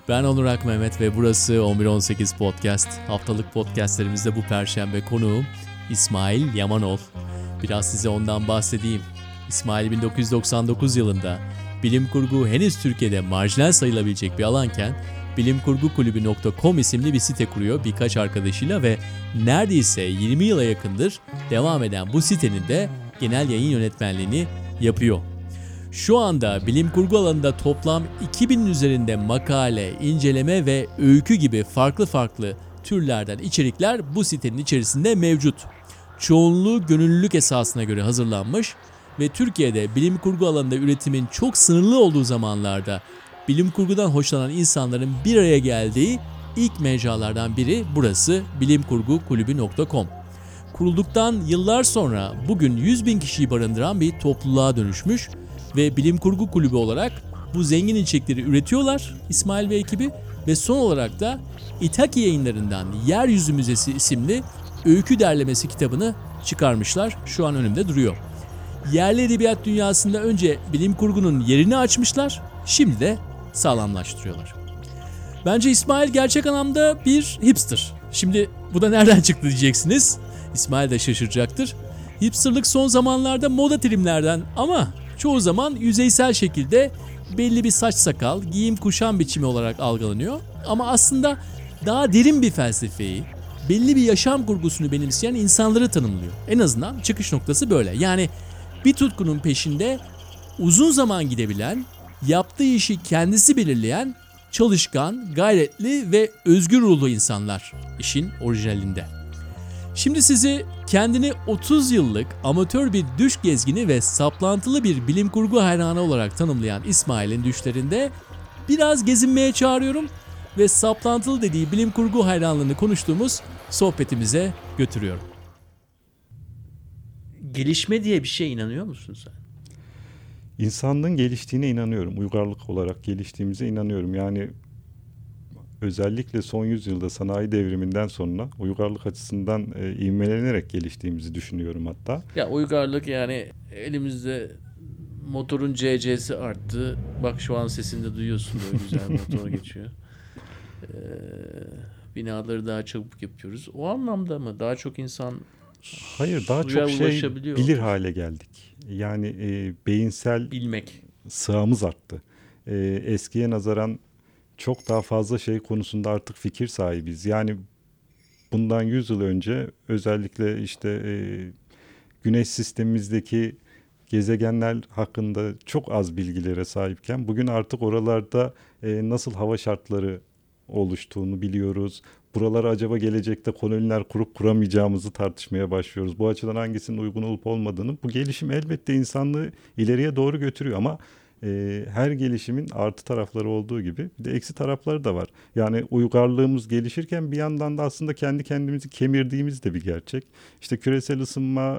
Ben Onur Akmehmet ve burası 1118 Podcast. Haftalık podcastlerimizde bu perşembe konuğum İsmail Yamanol. Biraz size ondan bahsedeyim. İsmail 1999 yılında bilim kurgu henüz Türkiye'de marjinal sayılabilecek bir alanken bilimkurgukulübü.com isimli bir site kuruyor birkaç arkadaşıyla ve neredeyse 20 yıla yakındır devam eden bu sitenin de genel yayın yönetmenliğini yapıyor. Şu anda bilim kurgu alanında toplam 2000'in üzerinde makale, inceleme ve öykü gibi farklı türlerden içerikler bu sitenin içerisinde mevcut. Çoğunluğu gönüllülük esasına göre hazırlanmış ve Türkiye'de bilim kurgu alanında üretimin çok sınırlı olduğu zamanlarda bilim kurgudan hoşlanan insanların bir araya geldiği ilk mecralardan biri burası bilimkurgukulübü.com. Kurulduktan yıllar sonra bugün 100.000 kişiyi barındıran bir topluluğa dönüşmüş ve Bilim Kurgu Kulübü olarak bu zengin içerikleri üretiyorlar İsmail ve ekibi ve son olarak da İthaki Yayınları'ndan Yeryüzü Müzesi isimli öykü derlemesi kitabını çıkarmışlar. Şu an önümde duruyor. Yerli edebiyat dünyasında önce bilim kurgunun yerini açmışlar, şimdi de sağlamlaştırıyorlar. Bence İsmail gerçek anlamda bir hipster. Şimdi bu da nereden çıktı diyeceksiniz. İsmail de şaşıracaktır. Hipsterlık son zamanlarda moda terimlerden ama çoğu zaman yüzeysel şekilde belli bir saç sakal, giyim kuşam biçimi olarak algılanıyor. Ama aslında daha derin bir felsefeyi, belli bir yaşam kurgusunu benimseyen insanları tanımlıyor. En azından çıkış noktası böyle. Yani bir tutkunun peşinde uzun zaman gidebilen, yaptığı işi kendisi belirleyen, çalışkan, gayretli ve özgür ruhlu insanlar işin orijinalinde. Şimdi sizi kendini 30 yıllık amatör bir düş gezgini ve saplantılı bir bilim kurgu hayranı olarak tanımlayan İsmail'in düşlerinde biraz gezinmeye çağırıyorum ve saplantılı dediği bilim kurgu hayranlığını konuştuğumuz sohbetimize götürüyorum. Gelişme diye bir şeye inanıyor musun sen? İnsanlığın geliştiğine inanıyorum. Uygarlık olarak geliştiğimize inanıyorum. Yani özellikle son yüzyılda sanayi devriminden sonra uygarlık açısından ivmelenerek geliştiğimizi düşünüyorum hatta. Ya uygarlık yani elimizde motorun CC'si arttı. Bak şu an sesini duyuyorsun, böyle güzel motor geçiyor. Binaları daha çabuk yapıyoruz. O anlamda mı? Daha çok insan Hayır, daha suya çok şey ulaşabiliyor. bilir hale geldik. Yani beyinsel Bilmek. sağımız arttı. Eskiye nazaran çok daha fazla şey konusunda artık fikir sahibiz. Yani bundan 100 yıl önce özellikle işte Güneş sistemimizdeki gezegenler hakkında çok az bilgilere sahipken bugün artık oralarda nasıl hava şartları oluştuğunu biliyoruz. Buralara acaba gelecekte koloniler kurup kuramayacağımızı tartışmaya başlıyoruz. Bu açıdan hangisinin uygun olup olmadığını, bu gelişim elbette insanlığı ileriye doğru götürüyor ama her gelişimin artı tarafları olduğu gibi bir de eksi tarafları da var. Yani uygarlığımız gelişirken bir yandan da aslında kendi kendimizi kemirdiğimiz de bir gerçek. İşte küresel ısınma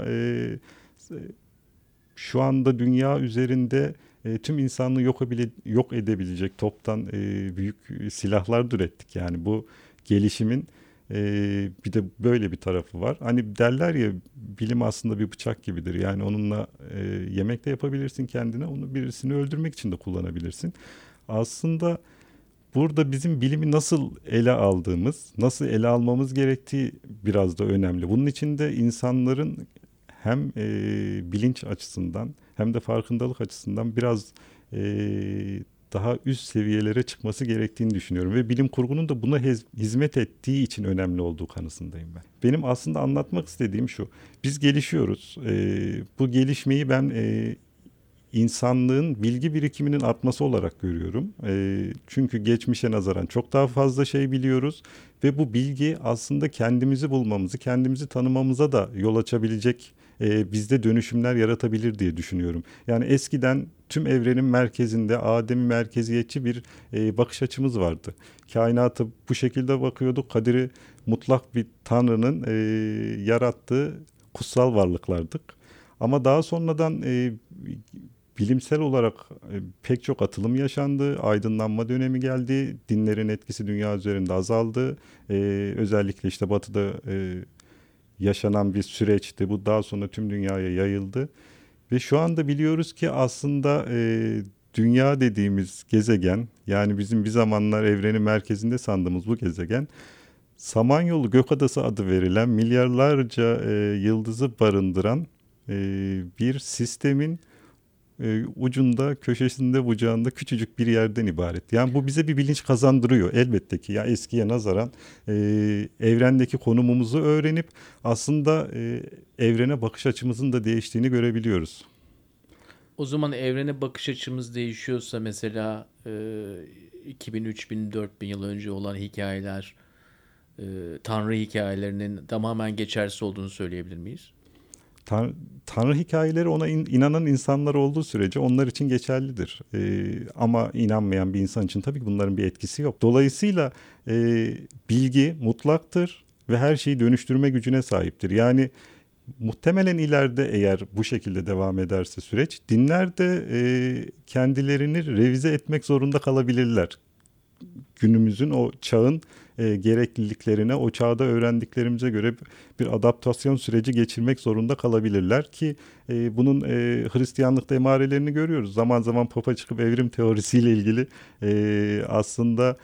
şu anda dünya üzerinde tüm insanlığı yok edebilecek toptan büyük silahlar da ürettik. Yani bu gelişimin bir de böyle bir tarafı var. Hani derler ya, bilim aslında bir bıçak gibidir. Yani onunla yemek de yapabilirsin kendine, onu birisini öldürmek için de kullanabilirsin. Aslında burada bizim bilimi nasıl ele aldığımız, nasıl ele almamız gerektiği biraz da önemli. Bunun için de insanların hem bilinç açısından hem de farkındalık açısından biraz daha üst seviyelere çıkması gerektiğini düşünüyorum. Ve bilim kurgunun da buna hizmet ettiği için önemli olduğu kanısındayım ben. Benim aslında anlatmak istediğim şu: biz gelişiyoruz. Bu gelişmeyi ben insanlığın bilgi birikiminin artması olarak görüyorum. Çünkü geçmişe nazaran çok daha fazla şey biliyoruz ve bu bilgi aslında kendimizi bulmamızı, kendimizi tanımamıza da yol açabilecek, bizde dönüşümler yaratabilir diye düşünüyorum. Yani eskiden tüm evrenin merkezinde ademi merkeziyetçi bir bakış açımız vardı. Kainata bu şekilde bakıyorduk. Kadir'i mutlak bir tanrının yarattığı kutsal varlıklardık. Ama daha sonradan bilimsel olarak pek çok atılım yaşandı. Aydınlanma dönemi geldi. Dinlerin etkisi dünya üzerinde azaldı. Özellikle işte Batı'da yaşanan bir süreçti. Bu daha sonra tüm dünyaya yayıldı. Ve şu anda biliyoruz ki aslında dünya dediğimiz gezegen, yani bizim bir zamanlar evrenin merkezinde sandığımız bu gezegen, Samanyolu Gökadası adı verilen milyarlarca yıldızı barındıran bir sistemin ucunda, köşesinde, bucağında küçücük bir yerden ibaret. Yani bu bize bir bilinç kazandırıyor elbette ki. Ya eskiye nazaran evrendeki konumumuzu öğrenip aslında evrene bakış açımızın da değiştiğini görebiliyoruz. O zaman evrene bakış açımız değişiyorsa mesela 2000, 3000, 4000 yıl önce olan hikayeler, Tanrı hikayelerinin tamamen geçersiz olduğunu söyleyebilir miyiz? Tanrı hikayeleri ona inanan insanlar olduğu sürece onlar için geçerlidir. Ama inanmayan bir insan için tabii ki bunların bir etkisi yok. Dolayısıyla bilgi mutlaktır ve her şeyi dönüştürme gücüne sahiptir. Yani muhtemelen ileride eğer bu şekilde devam ederse süreç, dinler de kendilerini revize etmek zorunda kalabilirler. Günümüzün o çağın gerekliliklerine, o çağda öğrendiklerimize göre bir adaptasyon süreci geçirmek zorunda kalabilirler ki bunun Hristiyanlıkta emarelerini görüyoruz. Zaman zaman Papa çıkıp evrim teorisiyle ilgili aslında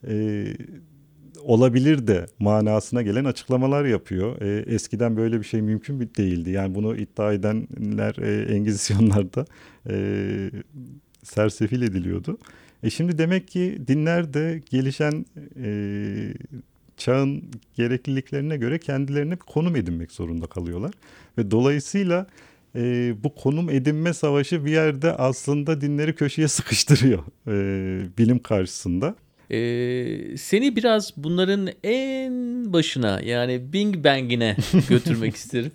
olabilir de manasına gelen açıklamalar yapıyor. Eskiden böyle bir şey mümkün değildi. Yani bunu iddia edenler Engizisyonlarda sersefil ediliyordu. Şimdi demek ki dinler de gelişen çağın gerekliliklerine göre kendilerine bir konum edinmek zorunda kalıyorlar. Ve dolayısıyla bu konum edinme savaşı bir yerde aslında dinleri köşeye sıkıştırıyor bilim karşısında. Seni biraz bunların en başına, yani Big Bang'ine götürmek isterim.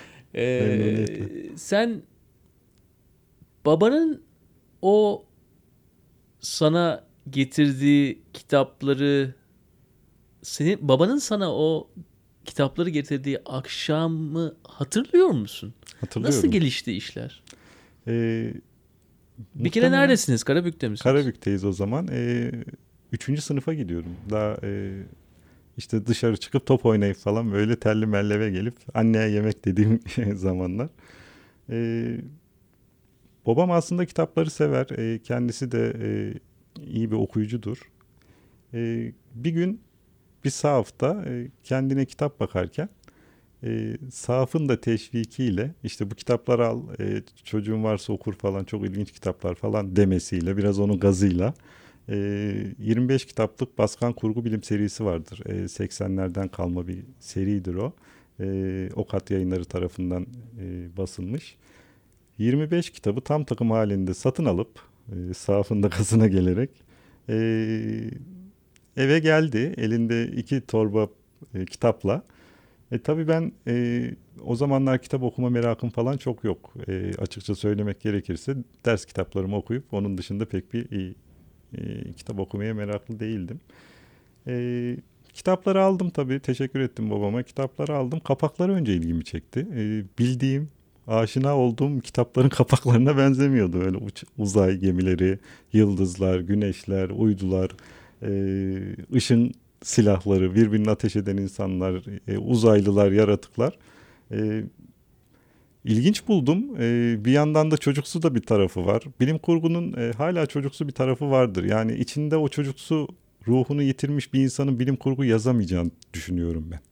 Sen babanın o sana getirdiği kitapları, senin babanın sana o kitapları getirdiği akşamı hatırlıyor musun? Hatırlıyorum. Nasıl gelişti işler? Bir kere Muhtemelen neredesiniz? Karabük'te misiniz? Karabük'teyiz o zaman. Üçüncü sınıfa gidiyorum. Daha işte dışarı çıkıp top oynayıp falan böyle terli melleve gelip anneye yemek dediğim zamanlar. Babam aslında kitapları sever. Kendisi de iyi bir okuyucudur. Bir gün bir sahafta kendine kitap bakarken sahafın da teşvikiyle işte bu kitapları al, çocuğun varsa okur falan, çok ilginç kitaplar falan demesiyle, biraz onun gazıyla 25 kitaplık Baskan Kurgu Bilim serisi vardır. 80'lerden kalma bir seridir o. Okat Yayınları tarafından basılmış. 25 kitabı tam takım halinde satın alıp sahafın da gazına gelerek eve geldi. Elinde 2 torba kitapla. Tabii ben o zamanlar kitap okuma merakım falan çok yok. Açıkça söylemek gerekirse ders kitaplarımı okuyup onun dışında pek bir kitap okumaya meraklı değildim. Kitapları aldım tabii. Teşekkür ettim babama. Kitapları aldım. Kapakları önce ilgimi çekti. Bildiğim, aşina olduğum kitapların kapaklarına benzemiyordu. Öyle uzay gemileri, yıldızlar, güneşler, uydular, ışın silahları, birbirini ateş eden insanlar, uzaylılar, yaratıklar. İlginç buldum. Bir yandan da çocuksu da bir tarafı var. Bilim kurgunun hala çocuksu bir tarafı vardır. Yani içinde o çocuksu ruhunu yitirmiş bir insanın bilim kurgu yazamayacağını düşünüyorum ben.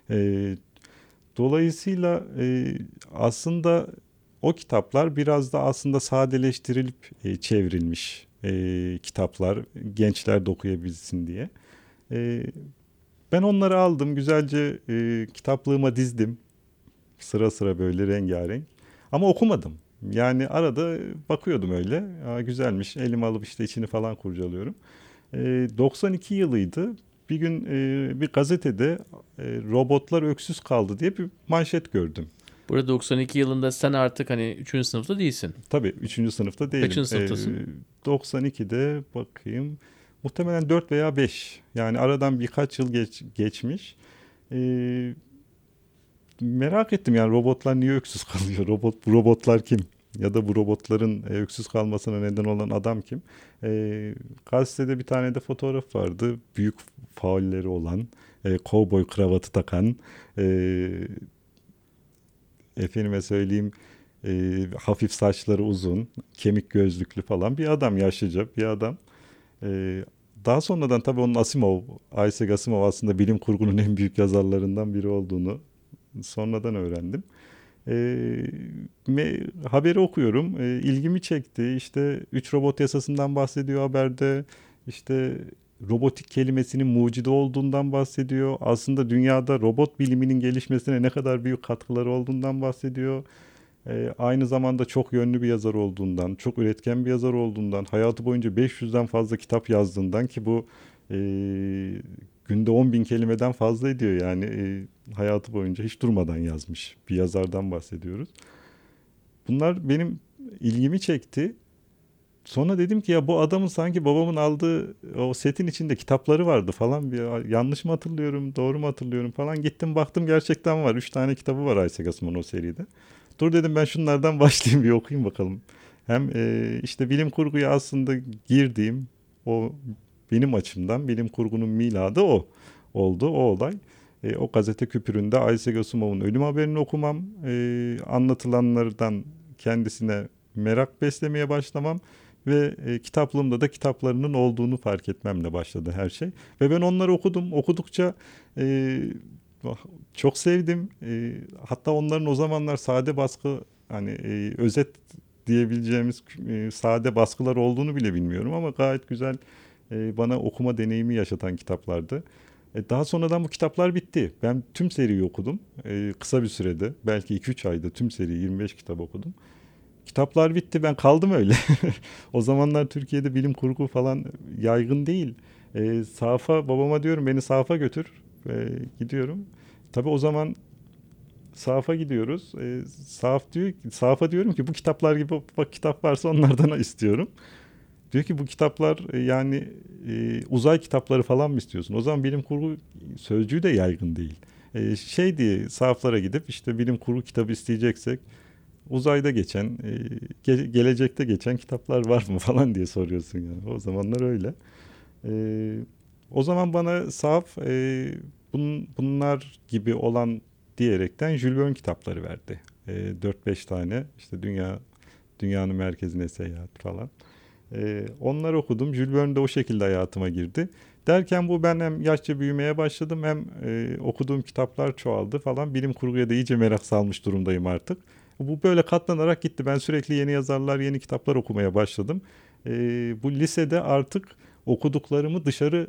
Dolayısıyla aslında o kitaplar biraz da aslında sadeleştirilip çevrilmiş kitaplar. Gençler de okuyabilsin diye. Ben onları aldım, güzelce kitaplığıma dizdim. Sıra sıra böyle rengarenk. Ama okumadım. Yani arada bakıyordum öyle. Güzelmiş. Elime alıp işte içini falan kurcalıyorum. 92 yılıydı. Bir gün bir gazetede robotlar öksüz kaldı diye bir manşet gördüm. Burada 92 yılında sen artık hani 3. sınıfta değilsin. Tabii 3. sınıfta değilim. Kaçıncı sınıftasın? 92'de bakayım. Muhtemelen 4 veya 5. Yani aradan birkaç yıl geçmiş. Merak ettim yani robotlar niye öksüz kalıyor? Robotlar kim? Ya da bu robotların öksüz kalmasına neden olan adam kim? Gazetede bir tane de fotoğraf vardı. Büyük faulleri olan, kovboy kravatı takan, efendime söyleyeyim, Hafif saçları uzun, kemik gözlüklü falan bir adam, yaşlıca bir adam. E, Daha sonradan tabii onun Isaac Asimov aslında bilim kurgunun en büyük yazarlarından biri olduğunu sonradan öğrendim. Haberi okuyorum. İlgimi çekti. İşte 3 robot yasasından bahsediyor haberde. İşte robotik kelimesinin mucide olduğundan bahsediyor. Aslında dünyada robot biliminin gelişmesine ne kadar büyük katkıları olduğundan bahsediyor. Aynı zamanda çok yönlü bir yazar olduğundan, çok üretken bir yazar olduğundan, hayatı boyunca 500'den fazla kitap yazdığından ki bu e, günde 10.000 kelimeden fazla ediyor yani hayatı boyunca hiç durmadan yazmış bir yazardan bahsediyoruz. Bunlar benim ilgimi çekti. Sonra dedim ki ya bu adamın sanki babamın aldığı o setin içinde kitapları vardı falan. Yanlış mı hatırlıyorum, doğru mu hatırlıyorum falan. Gittim baktım gerçekten var. 3 tane kitabı var Isaac Asimov'un o seride. Dur dedim ben şunlardan başlayayım bir okuyayım bakalım. Hem işte bilim kurguya aslında girdiğim o benim açımdan bilim kurgunun miladı o oldu o olay. O gazete küpüründe Isaac Asimov'un ölüm haberini okumam, anlatılanlardan kendisine merak beslemeye başlamam ve kitaplığımda da kitaplarının olduğunu fark etmemle başladı her şey. Ve ben onları okudum. Okudukça e, çok sevdim. Hatta onların o zamanlar sade baskı hani özet diyebileceğimiz sade baskılar olduğunu bile bilmiyorum ama gayet güzel bana okuma deneyimi yaşatan kitaplardı. Daha sonradan bu kitaplar bitti. Ben tüm seriyi okudum. Kısa bir sürede belki 2-3 ayda tüm seriyi 25 kitap okudum. Kitaplar bitti ben kaldım öyle. O zamanlar Türkiye'de bilim kurgu falan yaygın değil. Safa babama diyorum beni safa götür. Gidiyorum. Tabii o zaman safa gidiyoruz. Safa diyorum ki bu kitaplar gibi bak kitap varsa onlardan istiyorum. Diyor ki bu kitaplar yani uzay kitapları falan mı istiyorsun? O zaman bilim kurgu sözcüğü de yaygın değil. Şey diye sahaflara gidip işte bilim kurgu kitabı isteyeceksek uzayda geçen, gelecekte geçen kitaplar var mı falan diye soruyorsun yani. O zamanlar öyle. E, O zaman bana sahaf bunlar gibi olan diyerekten Jules Verne kitapları verdi. 4-5 tane işte dünyanın merkezine seyahat falan. Onları okudum. Jules Verne de o şekilde hayatıma girdi. Derken bu ben hem yaşça büyümeye başladım hem okuduğum kitaplar çoğaldı falan. Bilim kurguya da iyice merak salmış durumdayım artık. Bu böyle katlanarak gitti. Ben sürekli yeni yazarlar, yeni kitaplar okumaya başladım. Bu lisede artık okuduklarımı dışarı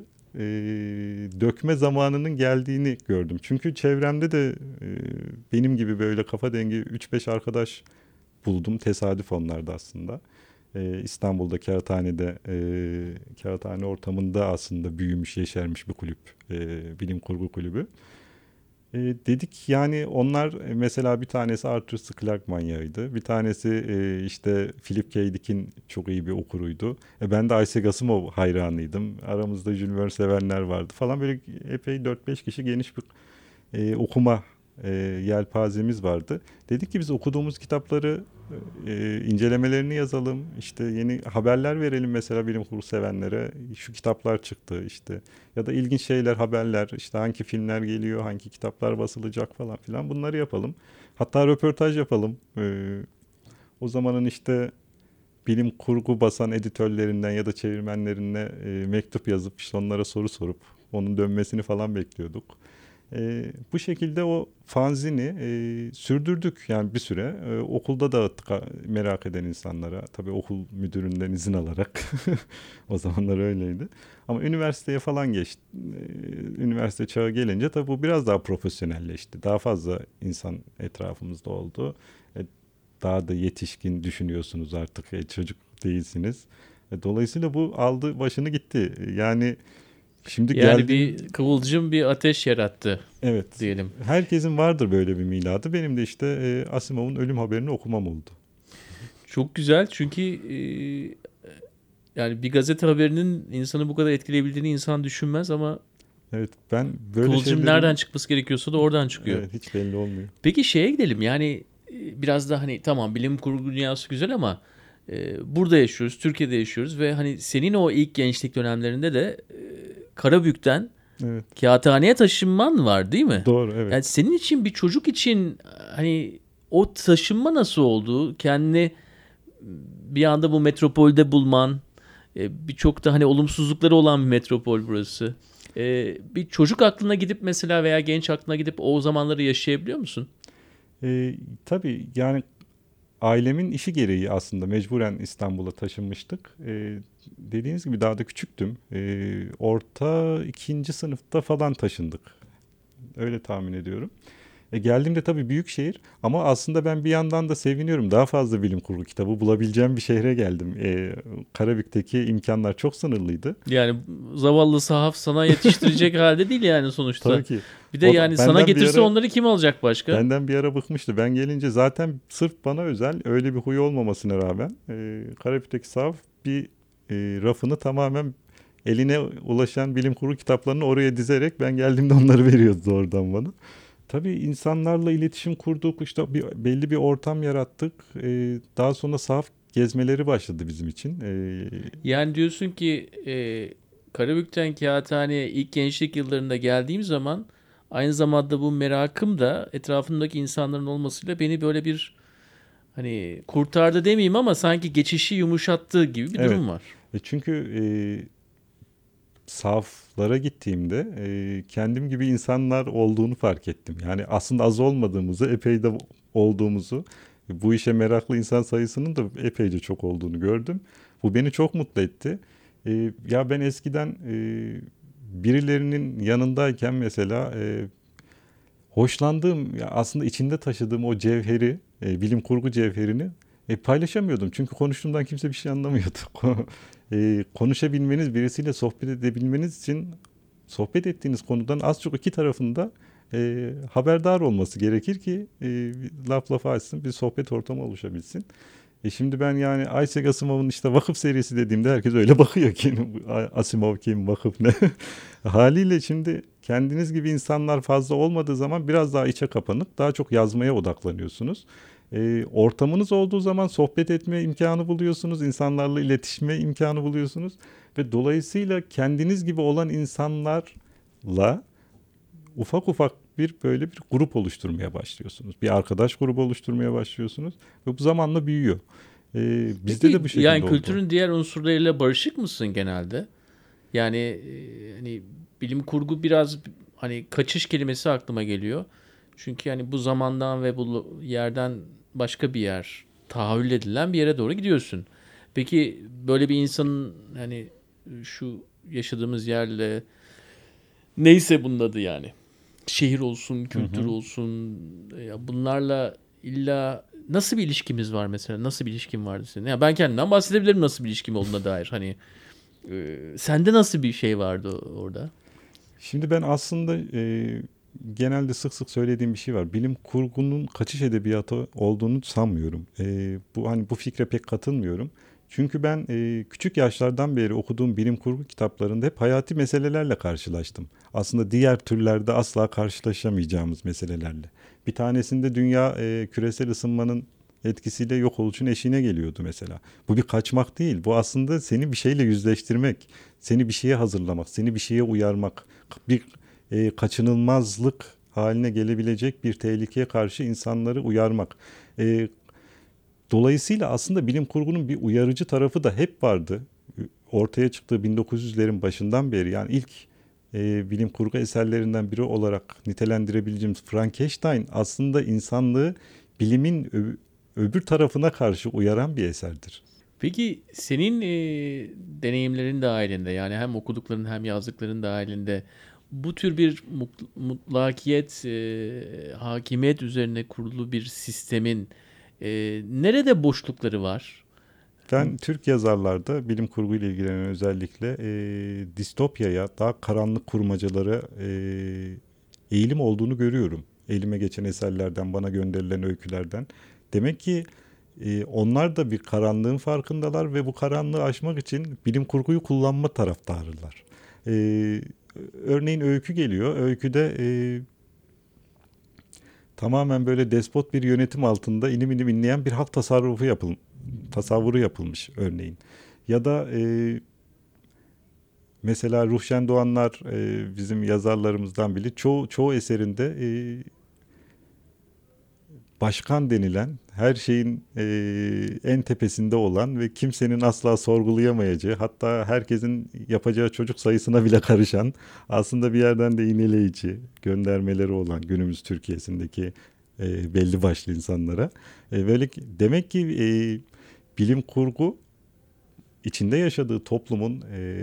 dökme zamanının geldiğini gördüm. Çünkü çevremde de benim gibi böyle kafa dengi 3-5 arkadaş buldum. Tesadüf onlarda aslında. İstanbul'da Kağıthane ortamında aslında büyümüş, yeşermiş bir kulüp. Bilim kurgu kulübü. Dedik yani onlar mesela bir tanesi Arthur C. Clarke manyağıydı. Bir tanesi işte Philip K. Dick'in çok iyi bir okuruydu. Ben de Isaac Asimov hayranıydım. Aramızda Jules Verne sevenler vardı falan. Böyle epey 4-5 kişi geniş bir okuma yelpazemiz vardı. Dedik ki biz okuduğumuz kitapları incelemelerini yazalım. İşte yeni haberler verelim mesela bilim kurgu sevenlere. Şu kitaplar çıktı işte. Ya da ilginç şeyler, haberler, işte hangi filmler geliyor, hangi kitaplar basılacak falan filan bunları yapalım. Hatta röportaj yapalım. O zamanın işte bilim kurgu basan editörlerinden ya da çevirmenlerine mektup yazıp işte onlara soru sorup onun dönmesini falan bekliyorduk. Bu şekilde o fanzini sürdürdük yani bir süre. Okulda dağıttık merak eden insanlara. Tabii okul müdüründen izin alarak. O zamanlar öyleydi. Ama üniversiteye falan geçti. Üniversite çağı gelince tabii bu biraz daha profesyonelleşti. Daha fazla insan etrafımızda oldu. Daha da yetişkin düşünüyorsunuz artık. Çocuk değilsiniz. Dolayısıyla bu aldı başını gitti. Yani şimdi Yani geldim. bir kıvılcım bir ateş yarattı Evet. diyelim. Herkesin vardır böyle bir miladı. Benim de işte Asimov'un ölüm haberini okumam oldu. Çok güzel çünkü yani bir gazete haberinin insanı bu kadar etkileyebildiğini insan düşünmez ama Evet, ben böyle kıvılcım şeylerin nereden çıkması gerekiyorsa da oradan çıkıyor. evet, hiç belli olmuyor. Peki şeye gidelim yani biraz da hani tamam bilim kurgu dünyası güzel ama burada yaşıyoruz, Türkiye'de yaşıyoruz ve hani senin o ilk gençlik dönemlerinde de Karabük'ten Evet. kağıthaneye taşınman var değil mi? Doğru, evet. Yani senin için bir çocuk için hani o taşınma nasıl oldu? Kendini bir anda bu metropolde bulman, birçok da hani olumsuzlukları olan bir metropol burası. Bir çocuk aklına gidip mesela veya genç aklına gidip o zamanları yaşayabiliyor musun? Tabii yani ailemin işi gereği aslında mecburen İstanbul'a taşınmıştık. Dediğiniz gibi daha da küçüktüm. Orta ikinci sınıfta falan taşındık. Öyle tahmin ediyorum. Geldiğimde tabii büyük şehir ama aslında ben bir yandan da seviniyorum. Daha fazla bilim kurgu kitabı bulabileceğim bir şehre geldim. Karabük'teki imkanlar çok sınırlıydı. Yani zavallı sahaf sana yetiştirecek halde değil yani sonuçta. Tabii ki. Bir de O da yani sana benden bir getirse ara onları kim alacak başka? benden bir ara bıkmıştı. Ben gelince zaten sırf bana özel öyle bir huyu olmamasına rağmen Karabük'teki sahaf bir rafını tamamen eline ulaşan bilim kurgu kitaplarını oraya dizerek ben geldiğimde onları veriyordu oradan bana. Tabii insanlarla iletişim kurduk, işte belli bir ortam yarattık. Daha sonra sahaf gezmeleri başladı bizim için. Yani diyorsun ki Karabük'ten Kağıthane'ye ilk gençlik yıllarında geldiğim zaman aynı zamanda bu merakım da etrafımdaki insanların olmasıyla beni böyle bir hani kurtardı demeyeyim ama sanki geçişi yumuşattığı gibi bir Evet, durum var. çünkü sahaflara gittiğimde kendim gibi insanlar olduğunu fark ettim. Yani aslında az olmadığımızı, epey de olduğumuzu, bu işe meraklı insan sayısının da epeyce çok olduğunu gördüm. Bu beni çok mutlu etti. Ya ben eskiden birilerinin yanındayken mesela hoşlandığım, ya aslında içinde taşıdığım o cevheri, bilim kurgu cevherini paylaşamıyordum. Çünkü konuştuğumdan kimse bir şey anlamıyordu. Konuşabilmeniz, birisiyle sohbet edebilmeniz için sohbet ettiğiniz konudan az çok iki tarafında haberdar olması gerekir ki laf lafa açsın, bir sohbet ortamı oluşabilsin. Şimdi ben yani Isaac Asimov'un işte Vakıf serisi dediğimde herkes öyle bakıyor ki Asimov kim, Vakıf ne? Haliyle şimdi kendiniz gibi insanlar fazla olmadığı zaman biraz daha içe kapanıp daha çok yazmaya odaklanıyorsunuz. Ortamınız olduğu zaman sohbet etme imkanı buluyorsunuz, insanlarla iletişime imkanı buluyorsunuz ve dolayısıyla kendiniz gibi olan insanlarla ufak ufak bir böyle bir grup oluşturmaya başlıyorsunuz. Bir arkadaş grubu oluşturmaya başlıyorsunuz ve bu zamanla büyüyor. Bizde Peki de bu yani şekilde oldu. kültürün diğer unsurlarıyla barışık mısın genelde? Yani hani bilim kurgu biraz hani kaçış kelimesi aklıma geliyor. Çünkü yani bu zamandan ve bu yerden başka bir yer tahayyül edilen bir yere doğru gidiyorsun. Peki böyle bir insanın hani şu yaşadığımız yerle neyse bunun adı yani şehir olsun, Hı kültür hı. olsun ya bunlarla illa nasıl bir ilişkimiz var mesela? Nasıl bir ilişkin vardı senin? Ya ben kendimden bahsedebilirim nasıl bir ilişkim olduğuna dair. Hani sende nasıl bir şey vardı orada? Şimdi ben aslında genelde sık sık söylediğim bir şey var. Bilim kurgunun kaçış edebiyatı olduğunu sanmıyorum. Bu hani bu fikre pek katılmıyorum. Çünkü ben küçük yaşlardan beri okuduğum bilim kurgu kitaplarında hep hayati meselelerle karşılaştım. Aslında diğer türlerde asla karşılaşamayacağımız meselelerle. Bir tanesinde dünya küresel ısınmanın etkisiyle yok oluşun eşiğine geliyordu mesela. Bu bir kaçmak değil. Bu aslında seni bir şeyle yüzleştirmek, seni bir şeye hazırlamak, seni bir şeye uyarmak, bir kaçınılmazlık haline gelebilecek bir tehlikeye karşı insanları uyarmak. E, Dolayısıyla aslında bilim kurgunun bir uyarıcı tarafı da hep vardı. Ortaya çıktığı 1900'lerin başından beri, yani ilk bilim kurgu eserlerinden biri olarak nitelendirebileceğimiz Frankenstein aslında insanlığı bilimin öbür tarafına karşı uyaran bir eserdir. Peki senin deneyimlerin dahilinde yani hem okudukların hem yazdıkların dahilinde bu tür bir mutlakiyet, hakimiyet üzerine kurulu bir sistemin nerede boşlukları var? Ben Türk yazarlarda bilim kurgu ile ilgilenen özellikle distopyaya, daha karanlık kurmacalara eğilim olduğunu görüyorum. Elime geçen eserlerden, bana gönderilen öykülerden. Demek ki onlar da bir karanlığın farkındalar ve bu karanlığı aşmak için bilim kurguyu kullanma taraftarılar. E, Örneğin öykü geliyor. Öyküde tamamen böyle despot bir yönetim altında inim inim inleyen bir halk tasavvuru yapılmış örneğin. Ya da mesela Ruhşen Doğanlar bizim yazarlarımızdan biri çoğu eserinde başkan denilen, her şeyin en tepesinde olan ve kimsenin asla sorgulayamayacağı, hatta herkesin yapacağı çocuk sayısına bile karışan, aslında bir yerden de iğneleyici göndermeleri olan günümüz Türkiye'sindeki belli başlı insanlara. Böyle demek ki bilim kurgu içinde yaşadığı toplumun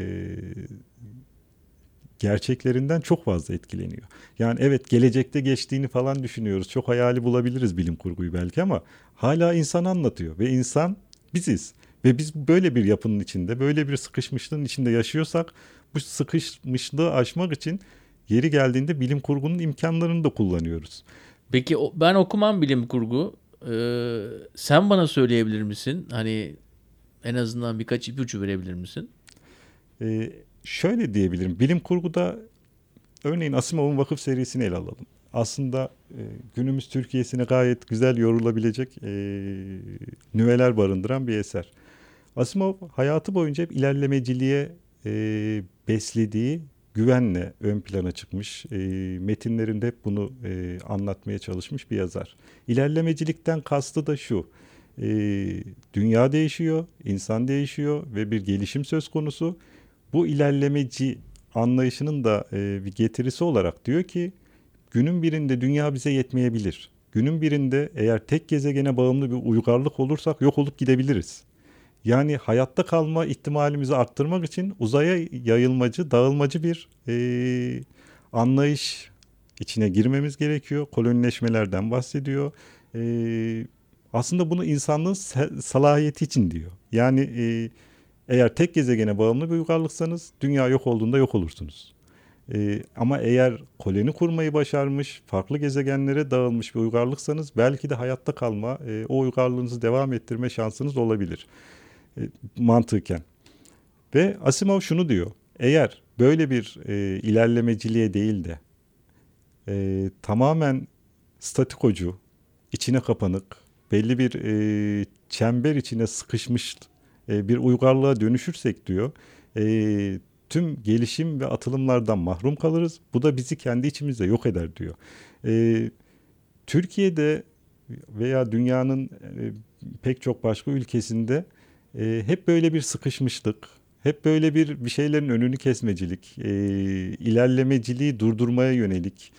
gerçeklerinden çok fazla etkileniyor. Yani evet, gelecekte geçtiğini falan düşünüyoruz. Çok hayali bulabiliriz bilim kurguyu belki, ama hala insan anlatıyor ve insan biziz. Ve biz böyle bir yapının içinde, böyle bir sıkışmışlığın içinde yaşıyorsak, bu sıkışmışlığı aşmak için yeri geldiğinde bilim kurgunun imkanlarını da kullanıyoruz. Peki ben okumam bilim kurgu. Sen bana söyleyebilir misin? Hani en azından birkaç ipucu verebilir misin? Şöyle diyebilirim. Bilim kurguda örneğin Asimov'un Vakıf serisini ele alalım. Aslında günümüz Türkiye'sine gayet güzel yorulabilecek nüveler barındıran bir eser. Asimov hayatı boyunca hep ilerlemeciliğe beslediği güvenle ön plana çıkmış. Metinlerinde hep bunu anlatmaya çalışmış bir yazar. İlerlemecilikten kastı da şu: e, dünya değişiyor, insan değişiyor ve bir gelişim söz konusu. Bu ilerlemeci anlayışının da bir getirisi olarak diyor ki, günün birinde dünya bize yetmeyebilir. Günün birinde eğer tek gezegene bağımlı bir uygarlık olursak yok olup gidebiliriz. Yani hayatta kalma ihtimalimizi arttırmak için uzaya yayılmacı, dağılmacı bir anlayış içine girmemiz gerekiyor. Kolonileşmelerden bahsediyor. Aslında bunu insanlığın salahiyeti için diyor. Yani eğer tek gezegene bağımlı bir uygarlıksanız dünya yok olduğunda yok olursunuz. Ama eğer koloni kurmayı başarmış, farklı gezegenlere dağılmış bir uygarlıksanız belki de hayatta kalma, o uygarlığınızı devam ettirme şansınız olabilir mantıken. Ve Asimov şunu diyor: eğer böyle bir ilerlemeciliğe değil de tamamen statikocu, içine kapanık, belli bir çember içine sıkışmış bir uygarlığa dönüşürsek diyor, tüm gelişim ve atılımlardan mahrum kalırız. Bu da bizi kendi içimizde yok eder diyor. Türkiye'de veya dünyanın pek çok başka ülkesinde hep böyle bir sıkışmışlık, hep böyle bir şeylerin önünü kesmecilik, ilerlemeciliği durdurmaya yönelik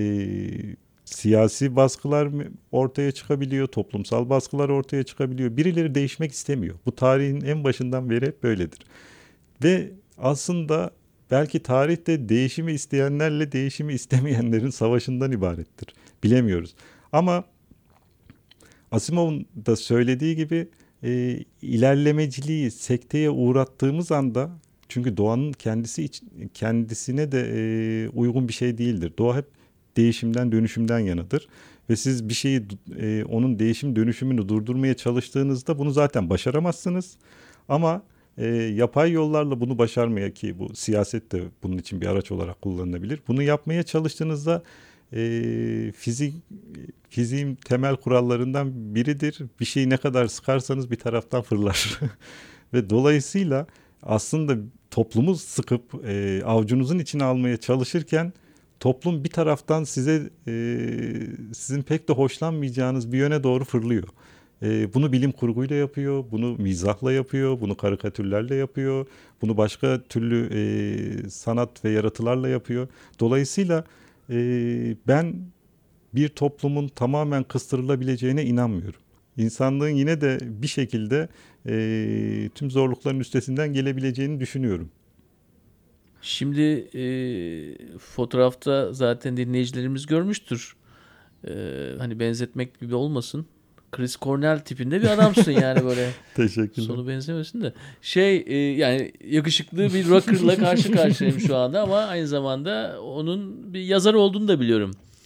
siyasi baskılar ortaya çıkabiliyor, toplumsal baskılar ortaya çıkabiliyor. Birileri değişmek istemiyor. Bu tarihin en başından beri hep böyledir. Ve aslında belki tarihte değişimi isteyenlerle değişimi istemeyenlerin savaşından ibarettir. Bilemiyoruz. Ama Asimov'un da söylediği gibi ilerlemeciliği sekteye uğrattığımız anda, çünkü doğanın kendisine de uygun bir şey değildir. Doğa hep değişimden, dönüşümden yanadır. Ve siz bir şeyi onun değişim dönüşümünü durdurmaya çalıştığınızda bunu zaten başaramazsınız. Ama yapay yollarla bunu başarmaya, ki bu siyaset de bunun için bir araç olarak kullanılabilir. Bunu yapmaya çalıştığınızda fiziğin temel kurallarından biridir: bir şeyi ne kadar sıkarsanız bir taraftan fırlar. Ve dolayısıyla aslında toplumu sıkıp avucunuzun içine almaya çalışırken toplum bir taraftan sizin pek de hoşlanmayacağınız bir yöne doğru fırlıyor. Bunu bilim kurguyla yapıyor, bunu mizahla yapıyor, bunu karikatürlerle yapıyor, bunu başka türlü sanat ve yaratılarla yapıyor. Dolayısıyla ben bir toplumun tamamen kıstırılabileceğine inanmıyorum. İnsanlığın yine de bir şekilde tüm zorlukların üstesinden gelebileceğini düşünüyorum. Şimdi fotoğrafta zaten dinleyicilerimiz görmüştür. Hani benzetmek gibi olmasın. Chris Cornell tipinde bir adamsın yani, böyle. Teşekkürler. Sonu benzemesin de. Yani yakışıklı bir rocker'la karşı karşıyayım şu anda, ama aynı zamanda onun bir yazar olduğunu da biliyorum.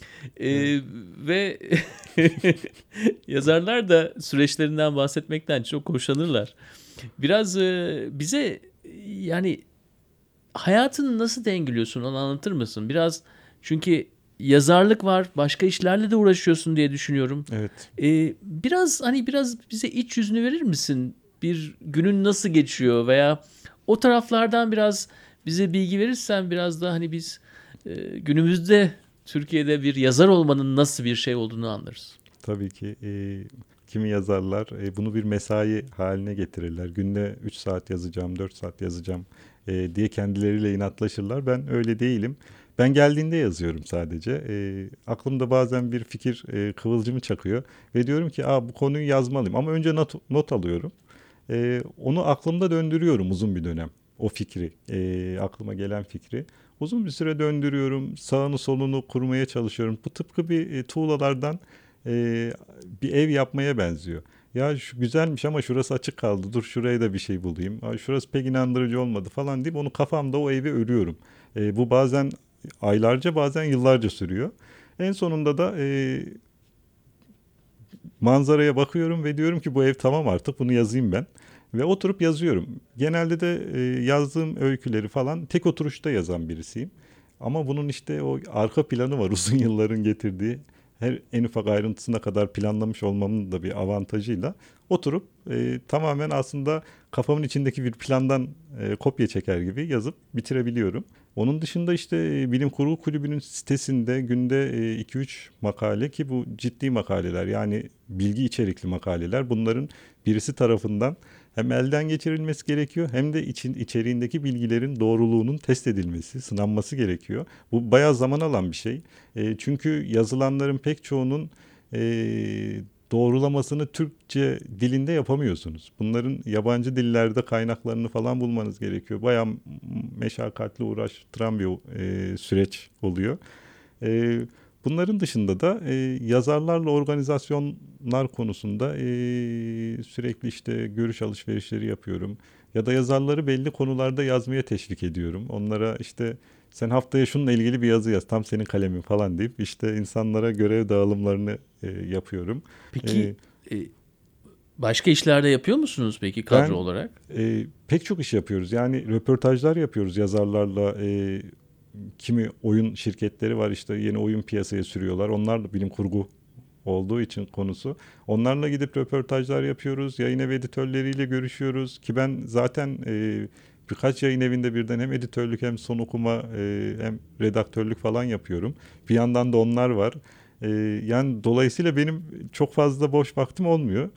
Ve yazarlar da süreçlerinden bahsetmekten çok hoşlanırlar. Biraz bize yani hayatını nasıl dengeliyorsun, onu anlatır mısın? Biraz, çünkü yazarlık var, başka işlerle de uğraşıyorsun diye düşünüyorum. Evet. Biraz bize iç yüzünü verir misin? Bir günün nasıl geçiyor, veya o taraflardan biraz bize bilgi verirsen, biraz da hani biz günümüzde Türkiye'de bir yazar olmanın nasıl bir şey olduğunu anlarız. Tabii ki kimi yazarlar bunu bir mesai haline getirirler. Günde 3 saat yazacağım, 4 saat yazacağım diye kendileriyle inatlaşırlar. Ben öyle değilim. Ben geldiğinde yazıyorum sadece. Aklımda bazen bir fikir kıvılcımı çakıyor ve diyorum ki, bu konuyu yazmalıyım. Ama önce not alıyorum. Onu aklımda döndürüyorum uzun bir dönem. O fikri, aklıma gelen fikri. Uzun bir süre döndürüyorum. Sağını solunu kurmaya çalışıyorum. Bu tıpkı bir tuğlalardan e, bir ev yapmaya benziyor. Ya şu güzelmiş ama şurası açık kaldı. Dur şuraya da bir şey bulayım. Şurası pek inandırıcı olmadı falan deyip onu kafamda o evi örüyorum. Bu bazen aylarca bazen yıllarca sürüyor. En sonunda da manzaraya bakıyorum ve diyorum ki bu ev tamam, artık bunu yazayım ben. Ve oturup yazıyorum. Genelde de yazdığım öyküleri falan tek oturuşta yazan birisiyim. Ama bunun işte o arka planı var, uzun yılların getirdiği. Her en ufak ayrıntısına kadar planlamış olmamın da bir avantajıyla oturup tamamen aslında kafamın içindeki bir plandan kopya çeker gibi yazıp bitirebiliyorum. Onun dışında işte Bilim Kurgu Kulübü'nün sitesinde günde 2-3 makale, ki bu ciddi makaleler, yani bilgi içerikli makaleler, bunların birisi tarafından hem elden geçirilmesi gerekiyor hem de içeriğindeki bilgilerin doğruluğunun test edilmesi, sınanması gerekiyor. Bu bayağı zaman alan bir şey. Çünkü yazılanların pek çoğunun doğrulamasını Türkçe dilinde yapamıyorsunuz. Bunların yabancı dillerde kaynaklarını falan bulmanız gerekiyor. Bayağı meşakkatli, uğraştıran bir süreç oluyor. E, Bunların dışında da yazarlarla organizasyonlar konusunda sürekli işte görüş alışverişleri yapıyorum. Ya da yazarları belli konularda yazmaya teşvik ediyorum. Onlara işte sen haftaya şununla ilgili bir yazı yaz, tam senin kalemin falan deyip işte insanlara görev dağılımlarını yapıyorum. E, Peki başka işlerde yapıyor musunuz peki kadro Ben olarak? pek çok iş yapıyoruz. Yani röportajlar yapıyoruz yazarlarla. Kimi oyun şirketleri var, işte yeni oyun piyasaya sürüyorlar. Onlar da bilim kurgu olduğu için konusu. Onlarla gidip röportajlar yapıyoruz. Yayın evi editörleriyle görüşüyoruz. Ki ben zaten birkaç yayın evinde birden hem editörlük hem son okuma hem redaktörlük falan yapıyorum. Bir yandan da onlar var. Yani dolayısıyla benim çok fazla boş vaktim olmuyor.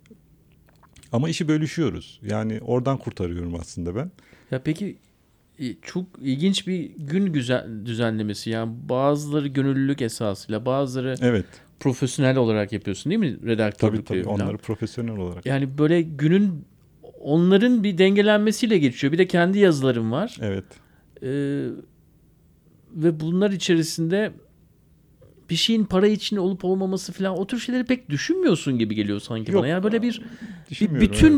Ama işi bölüşüyoruz. Yani oradan kurtarıyorum aslında ben. Ya peki çok ilginç bir gün düzenlemesi. Yani bazıları gönüllülük esasıyla, bazıları Evet. profesyonel olarak yapıyorsun değil mi? Tabii Redaktörlükleri tabii, falan. onları profesyonel olarak. Yani böyle günün onların bir dengelenmesiyle geçiyor. Bir de kendi yazılarım var. Evet. Ee, ve bunlar içerisinde bir şeyin para için olup olmaması falan o tür şeyleri pek düşünmüyorsun gibi geliyor sanki bana. Yani Yok, böyle bir düşünmüyorum, evet. bütün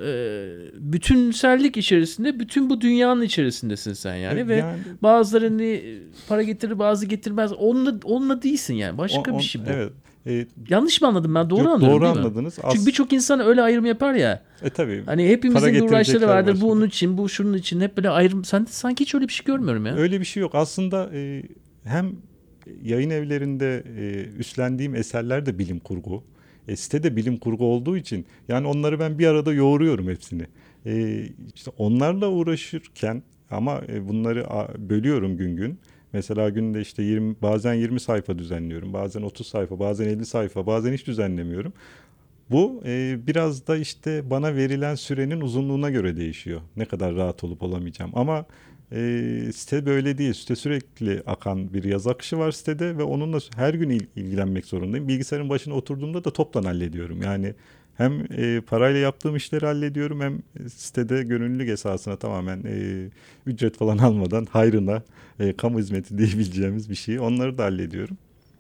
bütünsellik içerisinde, bütün bu dünyanın içerisindesin sen yani ve Yani bazılarını para getirir, bazı getirmez. Onunla değilsin yani. Başka bir şey bu. evet. E, Yanlış mı anladım ben? Doğru Yok, anlıyorum doğru değil mi? anladınız. Çünkü birçok insan öyle ayrım yapar ya. Tabii Hani para hepimizin bir uğraşları getirecekler vardır. Bu başka da. onun için, bu şunun için. Hep böyle ayrım. Sen sanki hiç öyle bir şey görmüyorum ya. Öyle bir şey yok. Aslında hem yayın evlerinde üstlendiğim eserler de bilim kurgu. Site de bilim kurgu olduğu için yani onları ben bir arada yoğuruyorum hepsini. İşte onlarla uğraşırken ama bunları bölüyorum gün gün. Mesela günde işte 20, bazen 20 sayfa düzenliyorum. Bazen 30 sayfa, bazen 50 sayfa, bazen hiç düzenlemiyorum. Bu biraz da işte bana verilen sürenin uzunluğuna göre değişiyor. Ne kadar rahat olup olamayacağım. Ama site böyle değil. Site sürekli akan bir yazı akışı var sitede ve onunla her gün ilgilenmek zorundayım. Bilgisayarın başına oturduğumda da toptan hallediyorum. Yani hem parayla yaptığım işleri hallediyorum, hem sitede gönüllülük esasına tamamen ücret falan almadan hayrına kamu hizmeti diyebileceğimiz bir şeyi, onları da hallediyorum.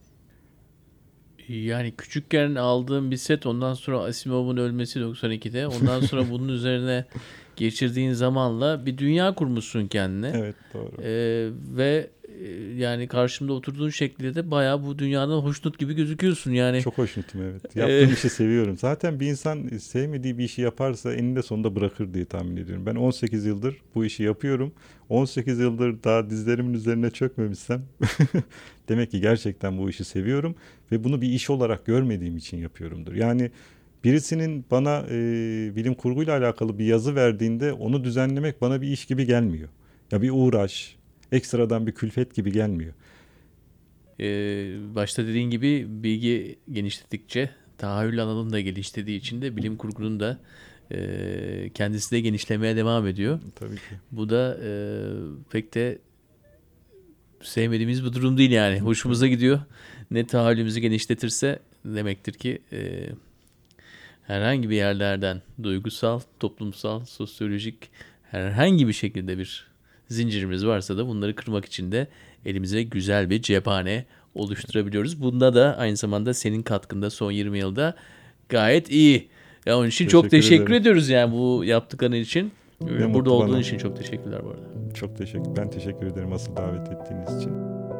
Yani küçükken aldığım bir set, ondan sonra Asimov'un ölmesi 92'de. Ondan sonra bunun üzerine geçirdiğin zamanla bir dünya kurmuşsun kendine. Evet, doğru. Ve yani karşımda oturduğun şekilde de bayağı bu dünyadan hoşnut gibi gözüküyorsun. Yani Çok hoşnutum, evet. e, Yaptığım işi seviyorum. Zaten bir insan sevmediği bir işi yaparsa eninde sonunda bırakır diye tahmin ediyorum. Ben 18 yıldır bu işi yapıyorum. 18 yıldır daha dizlerimin üzerine çökmemişsem demek ki gerçekten bu işi seviyorum ve bunu bir iş olarak görmediğim için yapıyorumdur. Yani birisinin bana bilim kurguyla alakalı bir yazı verdiğinde onu düzenlemek bana bir iş gibi gelmiyor. Ya bir uğraş, ekstradan bir külfet gibi gelmiyor. Başta dediğin gibi bilgi genişledikçe tahayyül alanının da geliştirdiği için de bilim kurgunun da kendisi de genişlemeye devam ediyor. Tabii ki. Bu da pek de sevmediğimiz bir durum değil yani. Hoşumuza gidiyor. Ne tahayyülümüzü genişletirse demektir ki herhangi bir yerlerden duygusal, toplumsal, sosyolojik herhangi bir şekilde bir zincirimiz varsa da bunları kırmak için de elimize güzel bir cephane oluşturabiliyoruz. Bunda da aynı zamanda senin katkında son 20 yılda gayet iyi. Ya onun için çok teşekkür ediyoruz yani bu yaptıkların için. Burada olduğun için çok teşekkürler bu arada. Ben teşekkür ederim asıl davet ettiğiniz için.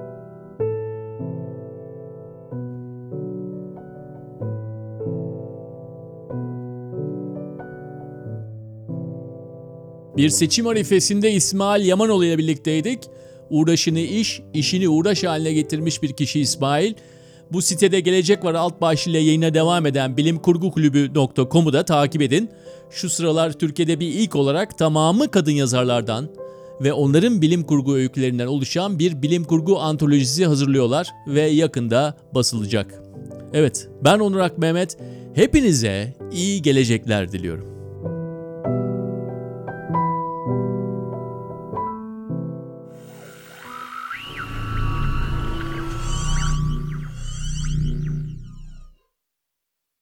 Bir seçim arifesinde İsmail Yamanoğlu ile birlikteydik. Uğraşını iş, işini uğraş haline getirmiş bir kişi İsmail. Bu sitede Gelecek Var alt başlığıyla yayına devam eden bilimkurgukulübü.com'u da takip edin. Şu sıralar Türkiye'de bir ilk olarak tamamı kadın yazarlardan ve onların bilim kurgu öykülerinden oluşan bir bilim kurgu antolojisi hazırlıyorlar ve yakında basılacak. Evet, ben Onur Akmehmet. Hepinize iyi gelecekler diliyorum.